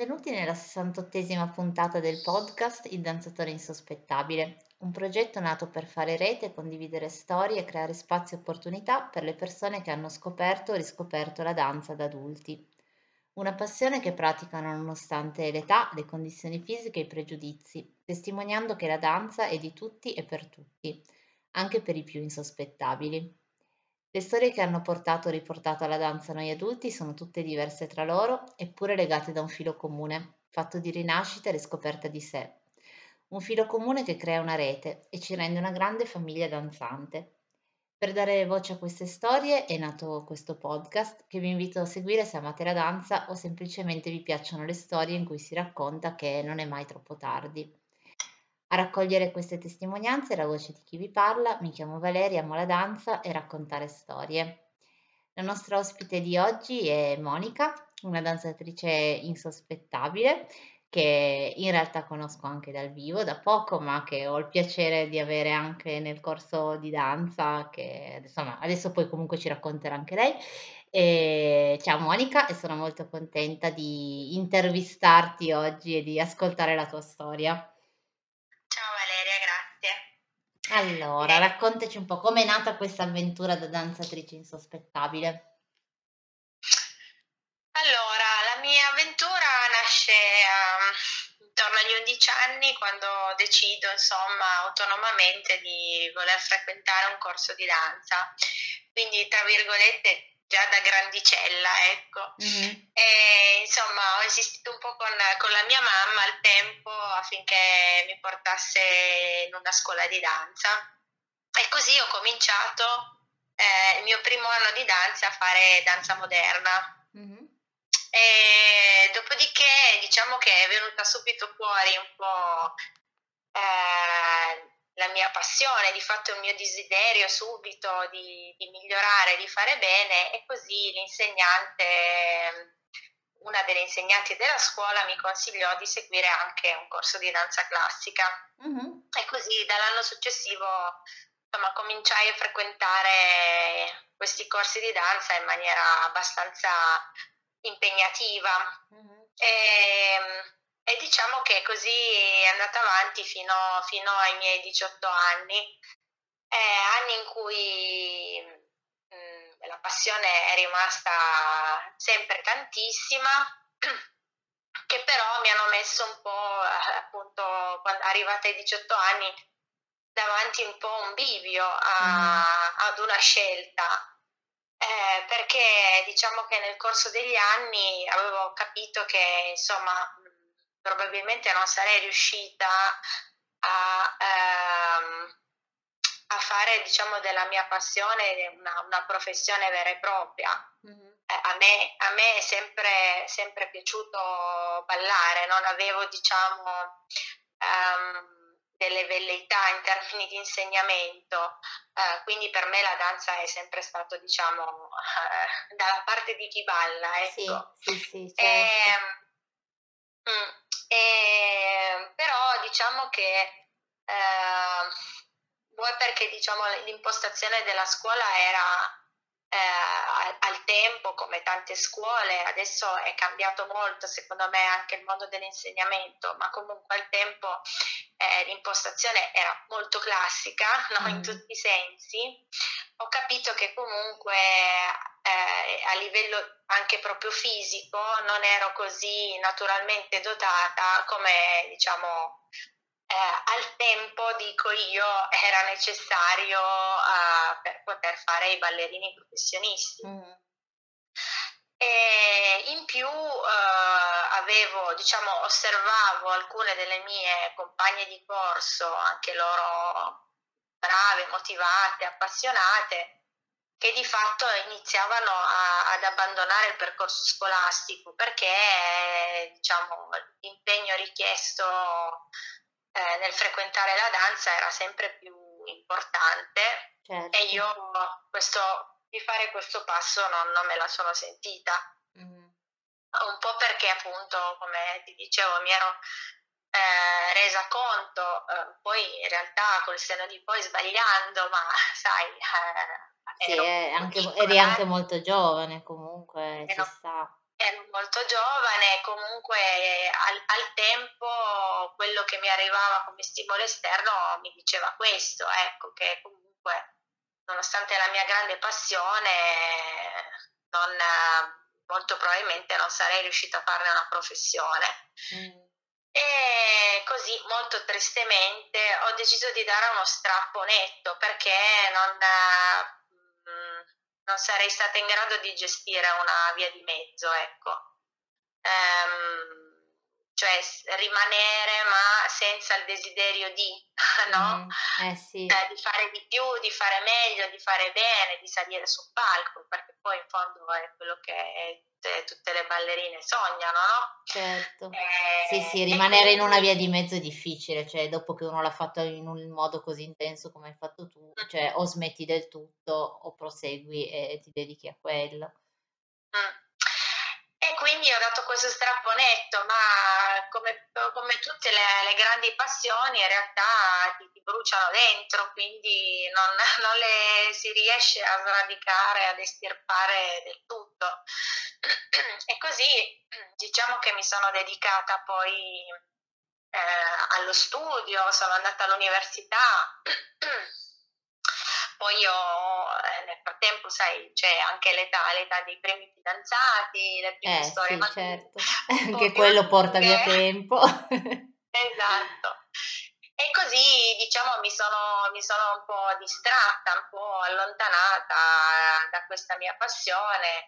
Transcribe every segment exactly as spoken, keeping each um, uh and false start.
Benvenuti nella sessantottesima puntata del podcast Il danzatore insospettabile, un progetto nato per fare rete, condividere storie e creare spazi e opportunità per le persone che hanno scoperto o riscoperto la danza da adulti. Una passione che praticano nonostante l'età, le condizioni fisiche e i pregiudizi, testimoniando che la danza è di tutti e per tutti, anche per i più insospettabili. Le storie che hanno portato o riportato alla danza noi adulti sono tutte diverse tra loro, eppure legate da un filo comune, fatto di rinascita e riscoperta di sé. Un filo comune che crea una rete e ci rende una grande famiglia danzante. Per dare voce a queste storie è nato questo podcast che vi invito a seguire se amate la danza o semplicemente vi piacciono le storie in cui si racconta che non è mai troppo tardi. A raccogliere queste testimonianze è la voce di chi vi parla, mi chiamo Valeria, amo la danza e raccontare storie. La nostra ospite di oggi è Monica, una danzatrice insospettabile che in realtà conosco anche dal vivo da poco, ma che ho il piacere di avere anche nel corso di danza, che insomma adesso poi comunque ci racconterà anche lei. E ciao Monica, e sono molto contenta di intervistarti oggi e di ascoltare la tua storia. Ciao Valeria, grazie. Allora, Eh, raccontaci un po' com'è nata questa avventura da danzatrice insospettabile. allora, la mia avventura nasce ehm, intorno agli undici anni quando decido, insomma, autonomamente di voler frequentare un corso di danza. Quindi, tra virgolette, già da grandicella, ecco. Mhm. E, insomma, ho insistito un po' con, con la mia mamma al tempo affinché mi portasse in una scuola di danza. E così ho cominciato eh, il mio primo anno di danza a fare danza moderna. Mhm. E dopodiché diciamo che è venuta subito fuori un po' eh, la mia passione, di fatto il mio desiderio subito di, di migliorare, di fare bene, e così l'insegnante, una delle insegnanti della scuola, mi consigliò di seguire anche un corso di danza classica. Mhm. E così dall'anno successivo, insomma, cominciai a frequentare questi corsi di danza in maniera abbastanza impegnativa. Mhm. E, e diciamo che così è andata avanti fino, fino ai miei diciotto anni, eh, anni in cui mh, la passione è rimasta sempre tantissima, che però mi hanno messo un po', eh, appunto, quando arrivata ai diciotto anni, davanti un po' un bivio Mhm. a- ad una scelta. Eh, perché diciamo che nel corso degli anni avevo capito che insomma mh, probabilmente non sarei riuscita a, ehm, a fare, diciamo, della mia passione una, una professione vera e propria. Mhm. Eh, a me, a me è sempre, sempre piaciuto ballare, non avevo, diciamo, ehm, delle velleità in termini di insegnamento, eh, quindi per me la danza è sempre stato, diciamo, eh, dalla parte di chi balla, Sì, ecco. sì, sì, certo. E, mm, e- però diciamo che eh, vuoi perché diciamo l'impostazione della scuola era eh, al, al tempo, come tante scuole, adesso è cambiato molto secondo me anche il mondo dell'insegnamento, ma comunque al tempo eh, l'impostazione era molto classica, no? In Mhm. tutti i sensi. Ho capito che comunque eh, a livello anche proprio fisico non ero così naturalmente dotata come, diciamo, eh, al tempo, dico io, era necessario eh, per poter fare i ballerini professionisti. Mhm. E in più eh, avevo, diciamo, osservavo alcune delle mie compagne di corso, anche loro brave, motivate, appassionate, che di fatto iniziavano a- ad abbandonare il percorso scolastico perché, diciamo, l'impegno richiesto eh, nel frequentare la danza era sempre più importante, e Certo. io questo, di fare questo passo non, non me la sono sentita. Mhm. Un po' perché appunto, come ti dicevo, mi ero eh, resa conto, eh, poi in realtà col senno di poi sbagliando, ma sai, eh, Sì, ero è comunque anche, eri piccola, anche eh, molto giovane, comunque ci ero, sta. ero molto giovane, comunque al, al tempo quello che mi arrivava come stimolo esterno mi diceva questo, ecco, che comunque nonostante la mia grande passione, non, molto probabilmente non sarei riuscita a farne una professione. Mm. E così, molto tristemente, ho deciso di dare uno strappo netto perché non, mh, non sarei stata in grado di gestire una via di mezzo, ecco. Ehm, cioè rimanere ma senza il desiderio di, no? Mm. Eh sì. Eh, di fare di più, di fare meglio, di fare bene, di salire sul palco, perché poi in fondo è quello che tutte, tutte le ballerine sognano, no? Certo. Sì, E, sì, e rimanere in una quindi via di mezzo è difficile, cioè dopo che uno l'ha fatto in un modo così intenso come hai fatto tu, cioè o smetti del tutto o prosegui e ti dedichi a quello. Mm. E quindi ho dato questo strappo netto, ma come, come tutte le, le grandi passioni in realtà ti, ti bruciano dentro, quindi non, non le si riesce a sradicare, ad estirpare del tutto. E così diciamo che mi sono dedicata poi eh, allo studio, sono andata all'università. Poi io eh, nel frattempo, sai, c'è anche l'età, l'età dei primi fidanzati, le prime Eh storie sì, magari certo, un po' anche più quello porta via lunghe. tempo. Esatto. E così, diciamo, mi sono, mi sono un po' distratta, un po' allontanata da questa mia passione,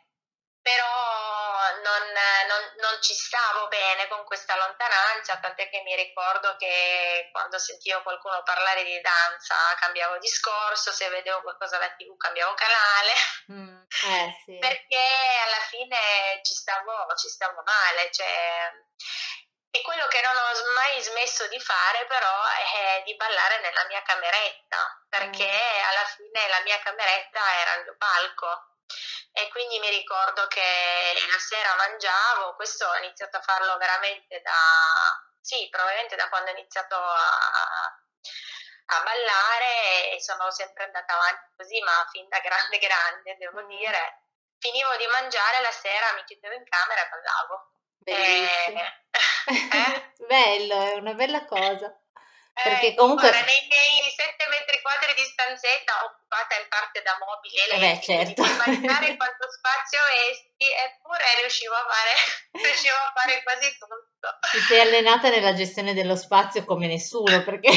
però non, non- non ci stavo bene con questa lontananza, tant'è che mi ricordo che quando sentivo qualcuno parlare di danza cambiavo discorso, se vedevo qualcosa alla tivù cambiavo canale, Mm, eh sì. perché alla fine ci stavo, ci stavo male, cioè. E quello che non ho mai smesso di fare però è di ballare nella mia cameretta, perché Mm, alla fine la mia cameretta era il mio palco. E quindi mi ricordo che la sera mangiavo, questo ho iniziato a farlo veramente da, sì, probabilmente da quando ho iniziato a, a ballare e sono sempre andata avanti così, ma fin da grande grande, devo mm, dire. Finivo di mangiare la sera, mi chiudevo in camera e ballavo. E, bellissimo. eh? Bello, è una bella cosa. Perché Eh, guarda, comunque, nei miei sette metri quadri di stanzetta, occupata in parte da mobili eh beh, elettrici, quindi certo. puoi immaginare quanto spazio avessi, eppure riuscivo a fare, riuscivo a fare quasi tutto. Ti sei allenata nella gestione dello spazio come nessuno, perché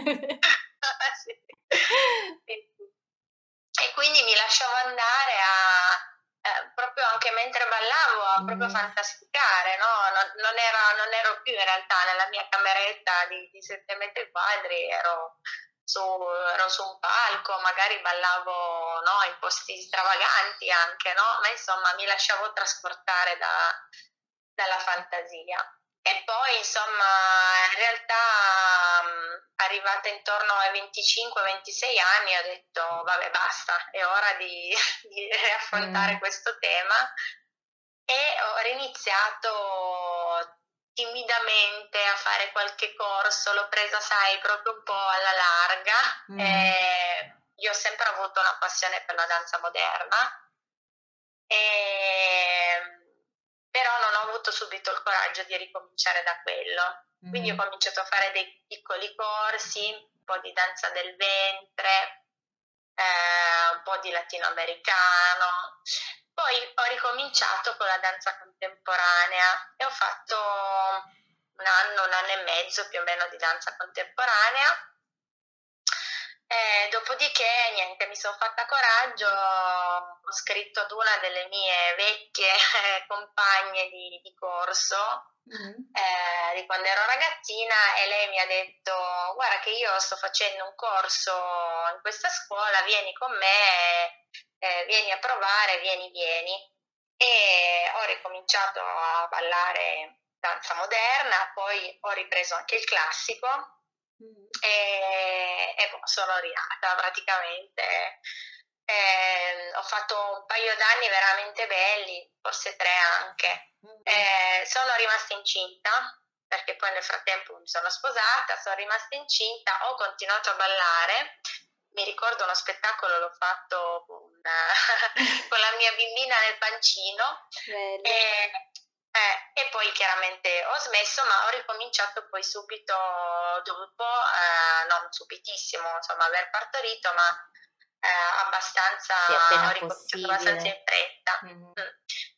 Sì. Sì, sì. E quindi mi lasciavo andare a, eh, proprio anche mentre ballavo, a proprio Mm, fantasticare, no? Non, non ero, non ero più in realtà nella mia cameretta di, di sette metri quadri, ero su, ero su un palco, magari ballavo, no, in posti stravaganti anche, no? Ma insomma mi lasciavo trasportare da, dalla fantasia. E poi, insomma, in realtà, mh, arrivata intorno ai venticinque ventisei anni, ho detto, vabbè, basta, è ora di, di riaffrontare mm, questo tema e ho riniziato timidamente a fare qualche corso, l'ho presa, sai, proprio un po' alla larga. mm, E io ho sempre avuto una passione per la danza moderna. E, però non ho avuto subito il coraggio di ricominciare da quello. Quindi ho mm, cominciato a fare dei piccoli corsi, un po' di danza del ventre, eh, un po' di latinoamericano. Poi ho ricominciato con la danza contemporanea e ho fatto un anno, un anno e mezzo più o meno di danza contemporanea. Eh, dopodiché, niente, mi sono fatta coraggio, ho scritto ad una delle mie vecchie compagne di, di corso, mm. eh, di quando ero ragazzina, e lei mi ha detto: guarda che io sto facendo un corso in questa scuola, vieni con me, eh, vieni a provare, vieni, vieni. E ho ricominciato a ballare danza moderna, poi ho ripreso anche il classico Mm. e, e boh, sono rinata praticamente. Eh, ho fatto un paio d'anni veramente belli, forse tre anche. Mm. Eh, sono rimasta incinta perché poi nel frattempo mi sono sposata, sono rimasta incinta, ho continuato a ballare, mi ricordo uno spettacolo l'ho fatto con, con la mia bambina nel pancino Bello. e, eh, e poi chiaramente ho smesso, ma ho ricominciato poi subito dopo, eh, non subitissimo, insomma, aver partorito, ma eh, abbastanza, Sì, ho appena ricominciato abbastanza in possibile. fretta. Mhm. Mm.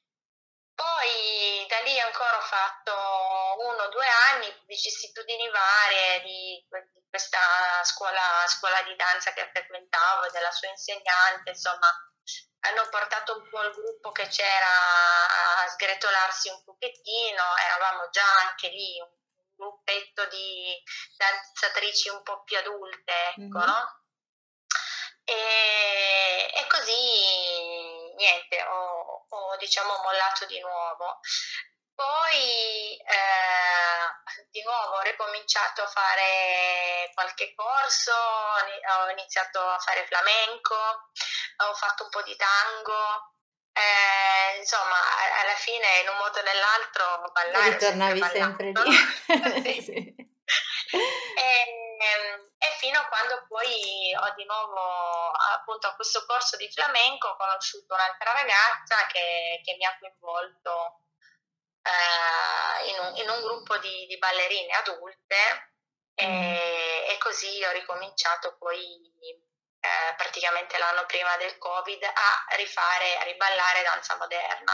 Poi da lì ancora ho fatto uno o due anni, vicissitudini varie di, di questa scuola, scuola di danza che frequentavo e della sua insegnante, insomma, hanno portato un po' il gruppo che c'era a sgretolarsi un pochettino, eravamo già anche lì un gruppetto di danzatrici un po' più adulte, ecco, Mhm. no? E, e così niente, ho, ho, diciamo mollato di nuovo. Poi eh, di nuovo ho ricominciato a fare qualche corso, ho iniziato a fare flamenco, ho fatto un po' di tango, eh, insomma alla fine in un modo o nell'altro ballare ho sempre Ritornavi sempre ballato, lì. no? Sì. Sì. E, e fino a quando poi ho di nuovo appunto a questo corso di flamenco ho conosciuto un'altra ragazza che, che mi ha coinvolto eh, in, un, in un gruppo di, di ballerine adulte Mhm. e, e così ho ricominciato poi eh, praticamente l'anno prima del Covid a rifare, a riballare danza moderna.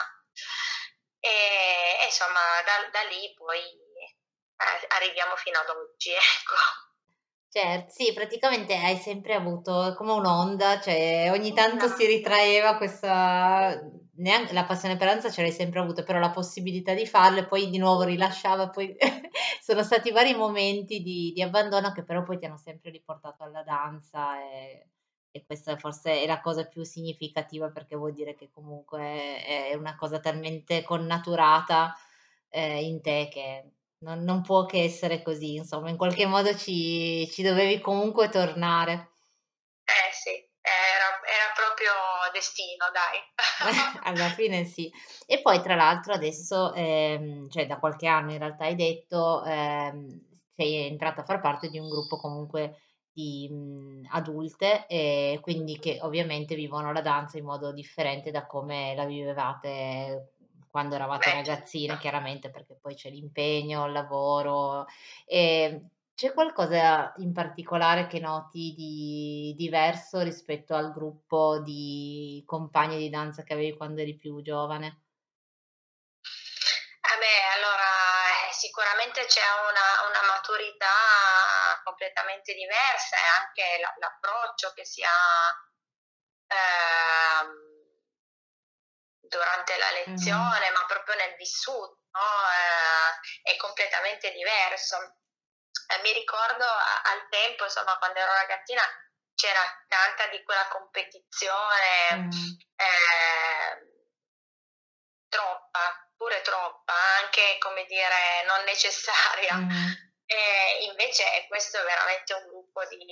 E, e insomma da, da lì poi eh, arriviamo fino ad oggi, ecco. Certo, sì, praticamente hai sempre avuto come un'onda, cioè ogni tanto si Esatto. ritraeva questa, neanche la passione per la danza ce l'hai sempre avuta, però la possibilità di farlo e poi di nuovo rilasciava, poi sono stati vari momenti di, di abbandono che però poi ti hanno sempre riportato alla danza e, e questa forse è la cosa più significativa perché vuol dire che comunque è una cosa talmente connaturata eh, in te che non non può che essere così, insomma, in qualche modo ci ci dovevi comunque tornare. Eh sì, era, era proprio destino, dai. Alla fine sì. E poi tra l'altro adesso, ehm, cioè da qualche anno in realtà hai detto, ehm, sei entrata a far parte di un gruppo comunque di, mhmm, adulte, e quindi che ovviamente vivono la danza in modo differente da come la vivevate quando eravate Beh, certo. ragazzine, chiaramente perché poi c'è l'impegno, il lavoro. Ehm, c'è qualcosa in particolare che noti di diverso rispetto al gruppo di compagni di danza che avevi quando eri più giovane? Ah beh, allora eh, sicuramente c'è una, una maturità completamente diversa e anche la- l'approccio che si ha ehm, durante la Mh-mh. lezione, ma proprio nel vissuto, no? Eh, è completamente diverso. Eh, mi ricordo a- al tempo, insomma, quando ero ragazzina c'era tanta di quella competizione, Mh. eh, troppa, pure troppa, anche come dire non necessaria. Mh-mh. E invece questo è veramente un gruppo di,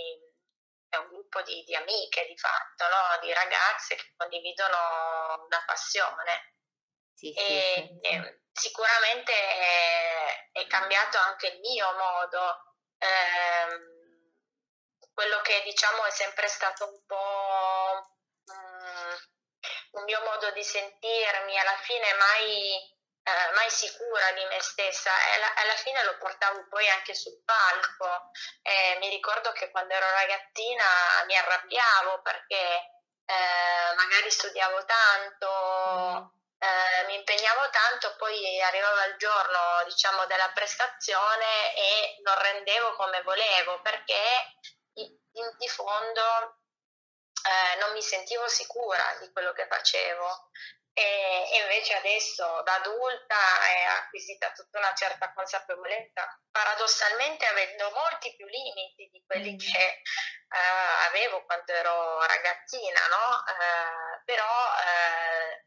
è un gruppo di, di amiche di fatto, no? Di ragazze che condividono una passione. Sì, sì, E, senza e sicuramente è, è cambiato anche il mio modo, ehm, quello che diciamo è sempre stato un po' mm, un mio modo di sentirmi, alla fine mai, eh, mai sicura di me stessa e alla, alla fine lo portavo poi anche sul palco. E mi ricordo che quando ero ragazzina mi arrabbiavo perché eh, magari studiavo mh. tanto, eh, mi impegnavo tanto, poi arrivava il giorno, diciamo, della prestazione e non rendevo come volevo perché in, in- di fondo eh, non mi sentivo sicura di quello che facevo. E, e invece adesso da adulta è acquisita tutta una certa consapevolezza, paradossalmente avendo molti più limiti di quelli Mh. che eh, avevo quando ero ragazzina, no? Eh, però eh,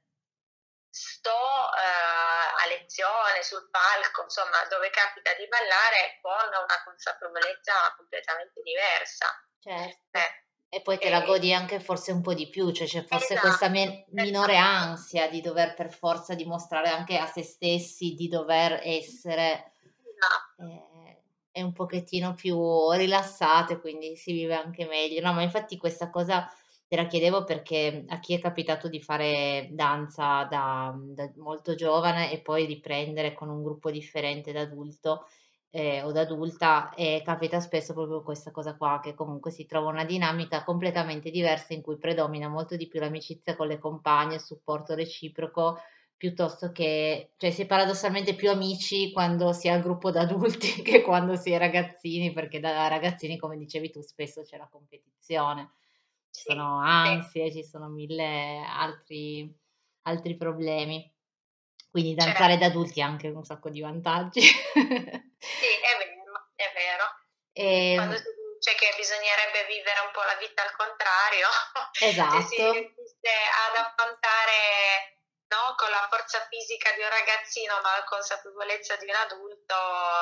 sto eh, a lezione sul palco, insomma, dove capita di ballare con una consapevolezza completamente diversa. Certo. Eh, E poi te la e- godi anche forse un po' di più, cioè c'è forse questa esatto, me minore esatto. ansia di dover per forza dimostrare anche a se stessi di dover essere, Esatto. ehm è un pochettino più rilassato e quindi si vive anche meglio. No, ma infatti questa cosa te la chiedevo perché a chi è capitato di fare danza da da molto giovane e poi riprendere con un gruppo differente da adulto, ehm, o da adulta, ehm, capita spesso proprio questa cosa qua, che comunque si trova una dinamica completamente diversa in cui predomina molto di più l'amicizia con le compagne, il supporto reciproco, piuttosto che cioè si è paradossalmente più amici quando si è al gruppo da adulti che quando si è ragazzini, perché da ragazzini, come dicevi tu, spesso c'è la competizione, ci Sì, sono sì, ansie, ci sono mille altri altri problemi. Quindi danzare da certo. adulti ha anche un sacco di vantaggi. Sì, è vero, è vero. Quando Ehm, si dice che bisognerebbe vivere un po' la vita al contrario, se si esatto. riuscisse ad affrontare, no, con la forza fisica di un ragazzino, ma la consapevolezza di un adulto,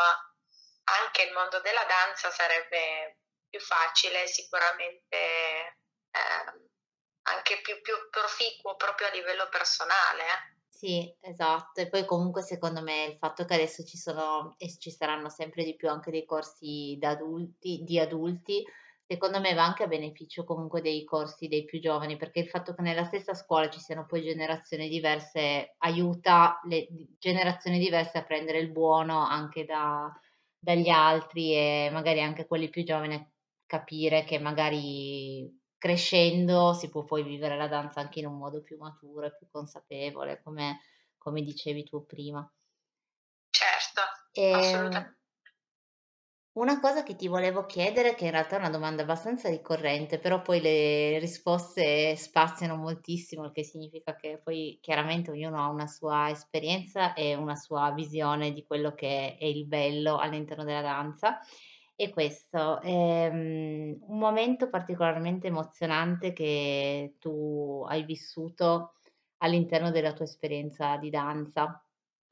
anche il mondo della danza sarebbe più facile, sicuramente ehm, anche più, più proficuo proprio a livello personale. eh. Sì, esatto. E poi comunque secondo me il fatto che adesso ci sono e ci saranno sempre di più anche dei corsi da adulti di adulti, secondo me va anche a beneficio comunque dei corsi dei più giovani, perché il fatto che nella stessa scuola ci siano poi generazioni diverse aiuta le d generazioni diverse a prendere il buono anche da dagli altri e magari anche quelli più giovani a capire che magari crescendo si può poi vivere la danza anche in un modo più maturo e più consapevole, come come dicevi tu prima. Certo, Ehm, assolutamente. una cosa che ti volevo chiedere, che in realtà è una domanda abbastanza ricorrente, però poi le risposte spaziano moltissimo, il che significa che poi chiaramente ognuno ha una sua esperienza e una sua visione di quello che è il bello all'interno della danza. E questo, ehm, un momento particolarmente emozionante che tu hai vissuto all'interno della tua esperienza di danza?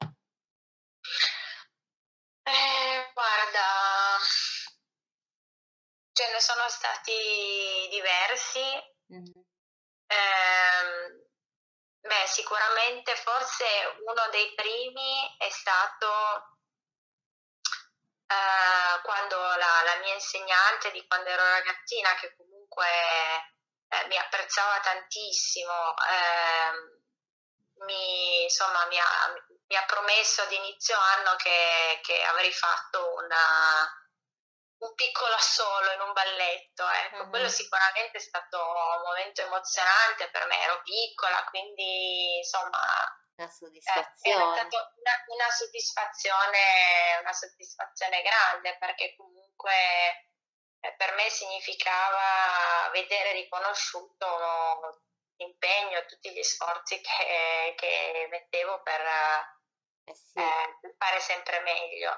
Eh, guarda, ce ne sono stati diversi. Mh-mh. Ehm, beh, sicuramente forse uno dei primi è stato eh, quando la, la mia insegnante di quando ero ragazzina, che comunque eh, mi apprezzava tantissimo, ehm, mi, insomma, mi ha, mi ha promesso ad inizio anno che, che avrei fatto una, un piccolo assolo in un balletto, ecco, quello Mh-mh. sicuramente è stato un momento emozionante per me, ero piccola, quindi insomma La eh, era soddisfazione. stata una, una soddisfazione, una soddisfazione grande perché comunque eh, per me significava vedere riconosciuto l'impegno e tutti gli sforzi che, che mettevo per, Eh sì. eh, per fare sempre meglio.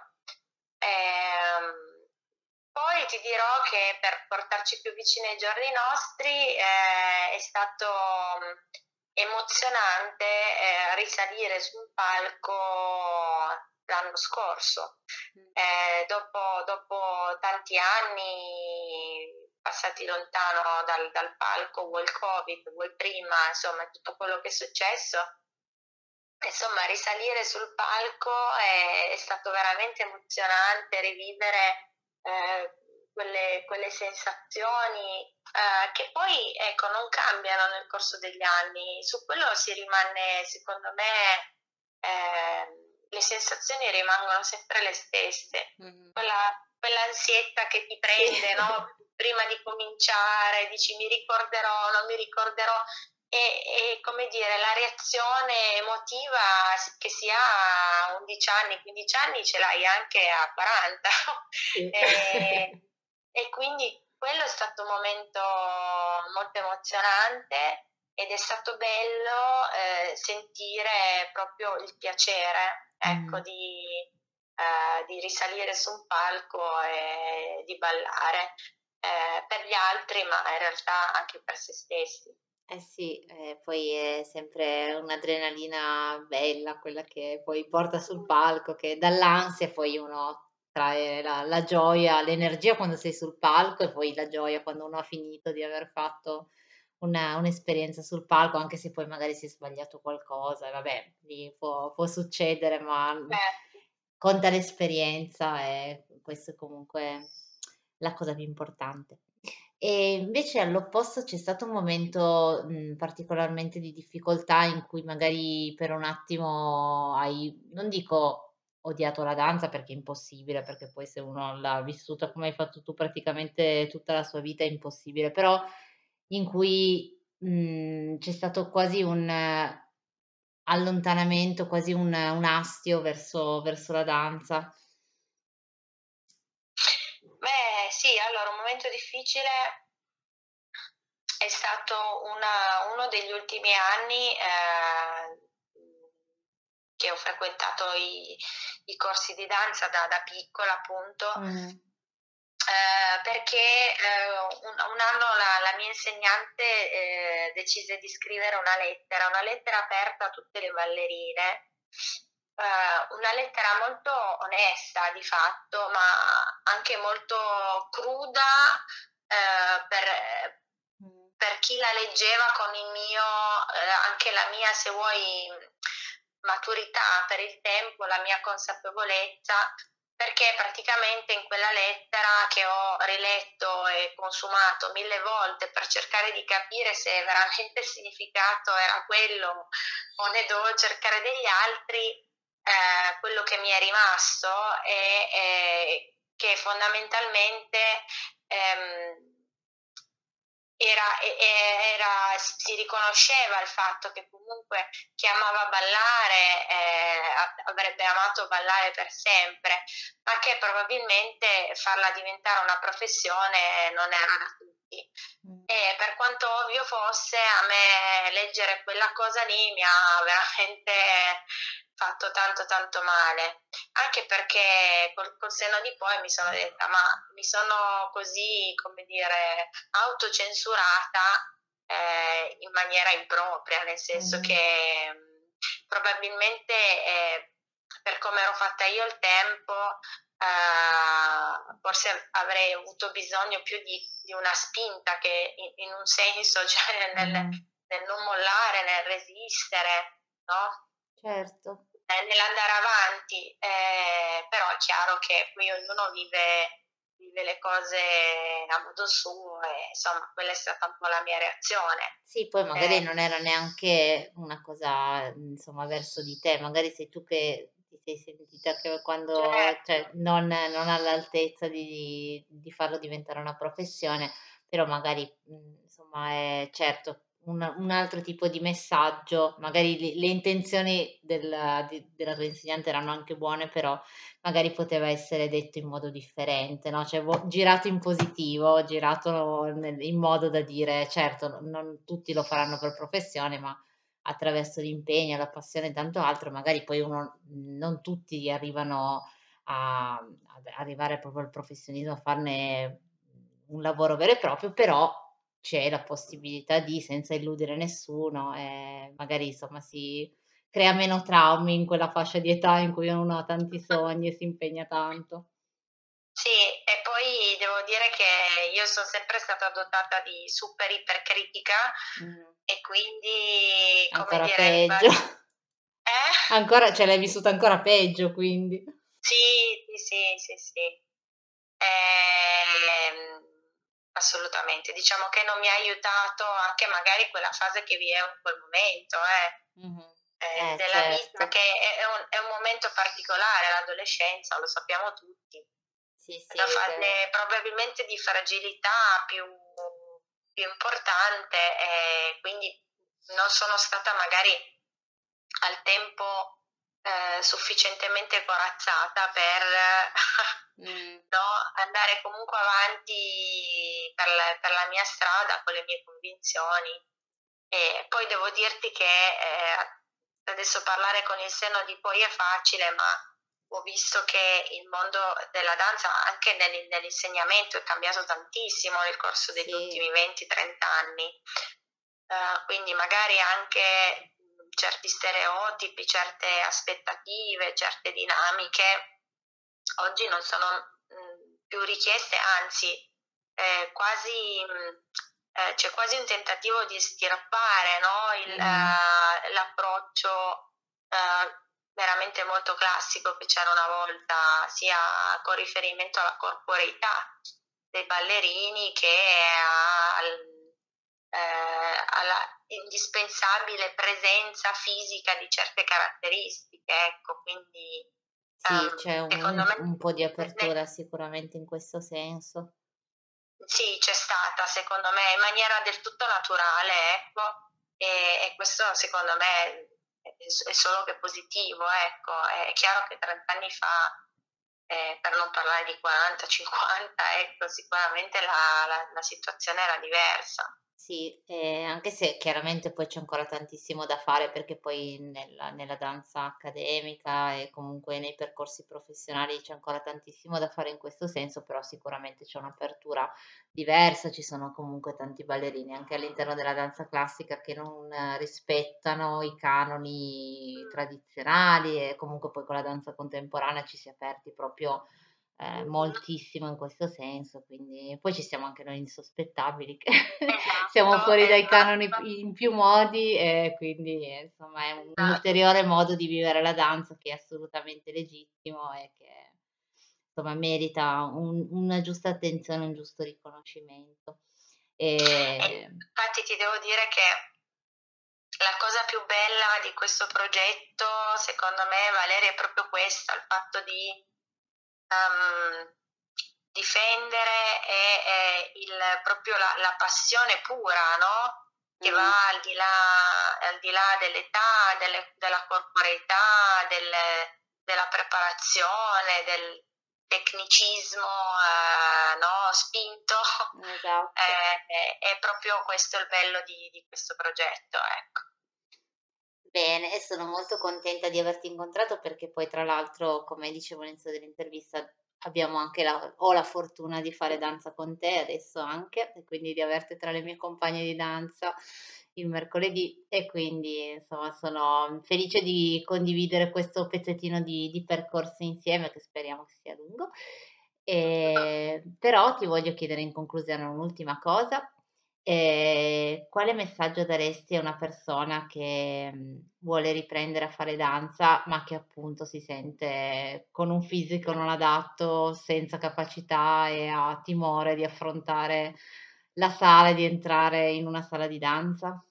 Ehm, poi ti dirò che per portarci più vicini ai giorni nostri eh, è stato mh, emozionante eh, risalire su un palco l'anno scorso. Mh-mh. Eh, dopo, dopo tanti anni passati lontano dal, dal palco, vuoi il Covid, vuoi prima, insomma, tutto quello che è successo, insomma, risalire sul palco è, è stato veramente emozionante, rivivere eh, quelle, quelle sensazioni eh, che poi ecco, non cambiano nel corso degli anni. Su quello si rimane, secondo me, eh, le sensazioni rimangono sempre le stesse. Mh-mh. Quella, quell'ansietta che ti Sì. prende, no? Prima di cominciare, dici mi ricorderò, non mi ricorderò, e, e, come dire, la reazione emotiva s- che si ha a undici anni, quindici anni ce l'hai anche a quaranta. Sì. e, e quindi quello è stato un momento molto emozionante ed è stato bello eh, sentire proprio il piacere, ecco, Mh. di, eh, di risalire su un palco e di ballare eh, per gli altri, ma in realtà anche per se stessi. Eh sì, eh, poi è sempre un'adrenalina bella quella che poi porta sul palco, che dall'ansia poi uno trae la la gioia, l'energia quando sei sul palco e poi la gioia quando uno ha finito di aver fatto una un'esperienza sul palco, anche se poi magari si è sbagliato qualcosa e vabbè, lì può può succedere, ma, mhmm, Certo. conta l'esperienza e questo è comunque la cosa più importante. E invece all'opposto c'è stato un momento, mhmm, particolarmente di difficoltà in cui magari per un attimo hai, non dico odiato la danza perché è impossibile, perché poi se uno l'ha vissuta come hai fatto tu praticamente tutta la sua vita è impossibile, però in cui, mhmm, c'è stato quasi un eh, allontanamento, quasi un un astio verso verso la danza. Beh, sì, allora un momento difficile è stato una uno degli ultimi anni, ehm, che ho frequentato i i corsi di danza da da piccola appunto, Mh. ehm, perché, ehm, un un anno la la mia insegnante, ehm, decise di scrivere una lettera, una lettera aperta a tutte le ballerine, ehm, una lettera molto onesta di fatto, ma anche molto cruda, ehm, per Mh. per chi la leggeva con il mio ehm, anche la mia, se vuoi, maturità per il tempo, la mia consapevolezza, perché praticamente in quella lettera, che ho riletto e consumato mille volte per cercare di capire se veramente il significato era quello o ne dovevo cercare degli altri, ehm, quello che mi è rimasto è, ehm, che fondamentalmente, ehm era e e era si si riconosceva il fatto che comunque chi amava ballare, ehm, a avrebbe amato ballare per sempre, ma che probabilmente farla diventare una professione non era da tutti. Mh. E per quanto ovvio fosse, a me leggere quella cosa lì mi ha veramente fatto tanto, tanto male. Anche perché col col senno di poi mi sono detta: "Ma mi sono così, come dire, autocensurata, ehm, in maniera impropria, nel senso Mh-mh. che, mhmm, probabilmente, ehm, per come ero fatta io al tempo, uhm, forse avrei avuto bisogno più di di una spinta che in in un senso, cioè nel Mh. nel non mollare, nel resistere, no, Certo. ehm, nell'andare avanti. Ehm, però è chiaro che qui ognuno vive vive le cose a modo suo e insomma quella è stata un po' la mia reazione. Sì, poi magari Ehm non era neanche una cosa, insomma, verso di te, magari sei tu che ti sei sentita che quando certo, cioè non non all'altezza di di farlo diventare una professione, però magari, mhmm, insomma, è certo un un altro tipo di messaggio, magari le le intenzioni del di della tua insegnante erano anche buone, però magari poteva essere detto in modo differente, no, cioè vo girato in positivo, girato nel in modo da dire: "Certo, no non tutti lo faranno per professione, ma attraverso l'impegno, la passione e tanto altro, magari poi uno mhmm, non tutti arrivano a ad arrivare proprio al professionismo, a farne un lavoro vero e proprio, però c'è la possibilità di, senza illudere nessuno, e magari insomma si crea meno traumi in quella fascia di età in cui uno ha tanti sogni e si impegna tanto." sì, e poi devo dire che io son sempre stata dotata di super ipercritica Mh. e quindi, come Ancora dire, in peggio. base eh? Ancora cioè l'hai vissuta ancora peggio quindi. Sì, sì, sì, sì, sì. Ehm, assolutamente. Diciamo che non mi ha aiutato anche magari quella fase che vivevo in quel momento, eh, Mh-mh. ehm, Eh della vita, certo. che è è un è un momento particolare, l'adolescenza, lo sappiamo tutti. Sì, È sì, la che fase probabilmente di fragilità più più importante, e quindi non sono stata magari al tempo, ehm, sufficientemente corazzata per mh, no, andare comunque avanti per la per la mia strada con le mie convinzioni. E poi devo dirti che, ehm, adesso parlare con il senno di poi è facile, ma ho visto che il mondo della danza, anche nell'in nell'insegnamento, è cambiato tantissimo nel corso degli sì, ultimi venti, trenta anni. Uhm, quindi magari anche, mhmm, certi stereotipi, certe aspettative, certe dinamiche oggi non sono, mhmm, più richieste, anzi, ehm, quasi mhmm, ehm, c'è quasi un tentativo di estirpare, no, il mh, ehm, l'approccio, ehm, veramente molto classico che c'era una volta, sia con riferimento alla corporeità dei ballerini che al, eh, alla indispensabile presenza fisica di certe caratteristiche, ecco, quindi Sì, ehm, c'è un, secondo me un po' di ne- apertura sicuramente in questo senso. sì, c'è stata, secondo me, in maniera del tutto naturale, ecco, e, e questo secondo me è, è solo che positivo, ecco. È chiaro che trenta anni fa, eh, per non parlare di quaranta, cinquanta, ecco, sicuramente la, la, la situazione era diversa. Sì, ehm, anche se chiaramente poi c'è ancora tantissimo da fare, perché poi nella nella danza accademica e comunque nei percorsi professionali c'è ancora tantissimo da fare in questo senso, però sicuramente c'è un'apertura diversa, ci sono comunque tanti ballerini anche all'interno della danza classica che non eh, rispettano i canoni Mm. tradizionali e comunque poi con la danza contemporanea ci si è aperti proprio ehm, Mhm. moltissimo in questo senso, quindi poi ci siamo anche noi insospettabili che siamo Esatto, fuori dai canoni p esatto, in più modi e quindi eh, insomma è un un esatto. ulteriore modo di vivere la danza che è assolutamente legittimo e che insomma merita un una giusta attenzione, un giusto riconoscimento. E Ehm infatti ti devo dire che la cosa più bella di questo progetto, secondo me, Valeria, è proprio questa, il fatto di um, difendere è, è il, proprio la, la passione pura, no? Che mh, va al di là, al di là dell'età, delle- della corporeità, del- della preparazione, del tecnicismo eh, no? Spinto. esatto. Eh, è proprio questo il bello di, di questo progetto, ecco. Bene, e sono molto contenta di averti incontrato perché poi tra l'altro, come dicevo all'inizio dell'intervista, abbiamo anche la ho la fortuna di fare danza con te adesso anche, e quindi di averti tra le mie compagne di danza il mercoledì e quindi insomma sono felice di condividere questo pezzettino di di percorso insieme che speriamo che sia lungo. Ehm, però ti voglio chiedere in conclusione un'ultima cosa. Ehm, quale messaggio daresti a una persona che, mhmm, vuole riprendere a fare danza, ma che appunto si sente con un fisico non adatto, senza capacità e ha timore di affrontare la sala e di entrare in una sala di danza?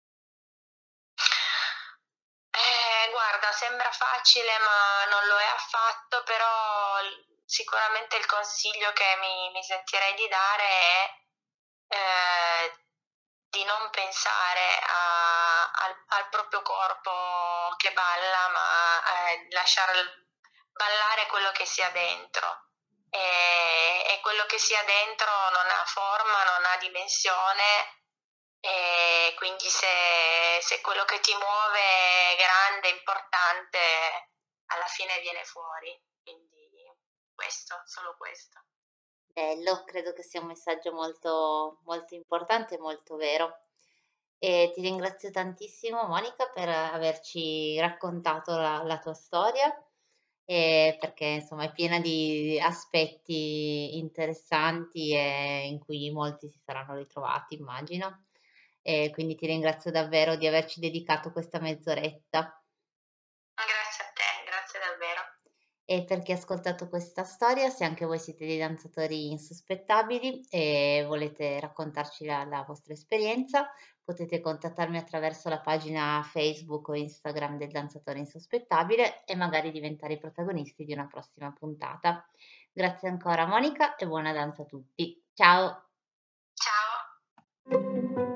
Eh, guarda, sembra facile, ma non lo è affatto, però l- sicuramente il consiglio che mi, mi sentirei di dare è eh, di non pensare a- al, al proprio corpo che balla, ma eh, lasciare ballare quello che sia dentro. E, e quello che sia dentro non ha forma, non ha dimensione, e quindi se, se quello che ti muove è grande, importante, alla fine viene fuori. Quindi questo, solo questo. Bello, credo che sia un messaggio molto molto importante e molto vero. E ti ringrazio tantissimo Monica per averci raccontato la la tua storia, ehm, perché insomma è piena di aspetti interessanti e in cui molti si saranno ritrovati immagino. E quindi ti ringrazio davvero di averci dedicato questa mezz'oretta. Grazie a te, grazie davvero. E per chi ha ascoltato questa storia, se anche voi siete dei danzatori insospettabili e volete raccontarci la, la vostra esperienza, potete contattarmi attraverso la pagina Facebook o Instagram del danzatore insospettabile e magari diventare i protagonisti di una prossima puntata. Grazie ancora Monica e buona danza a tutti. Ciao! Ciao.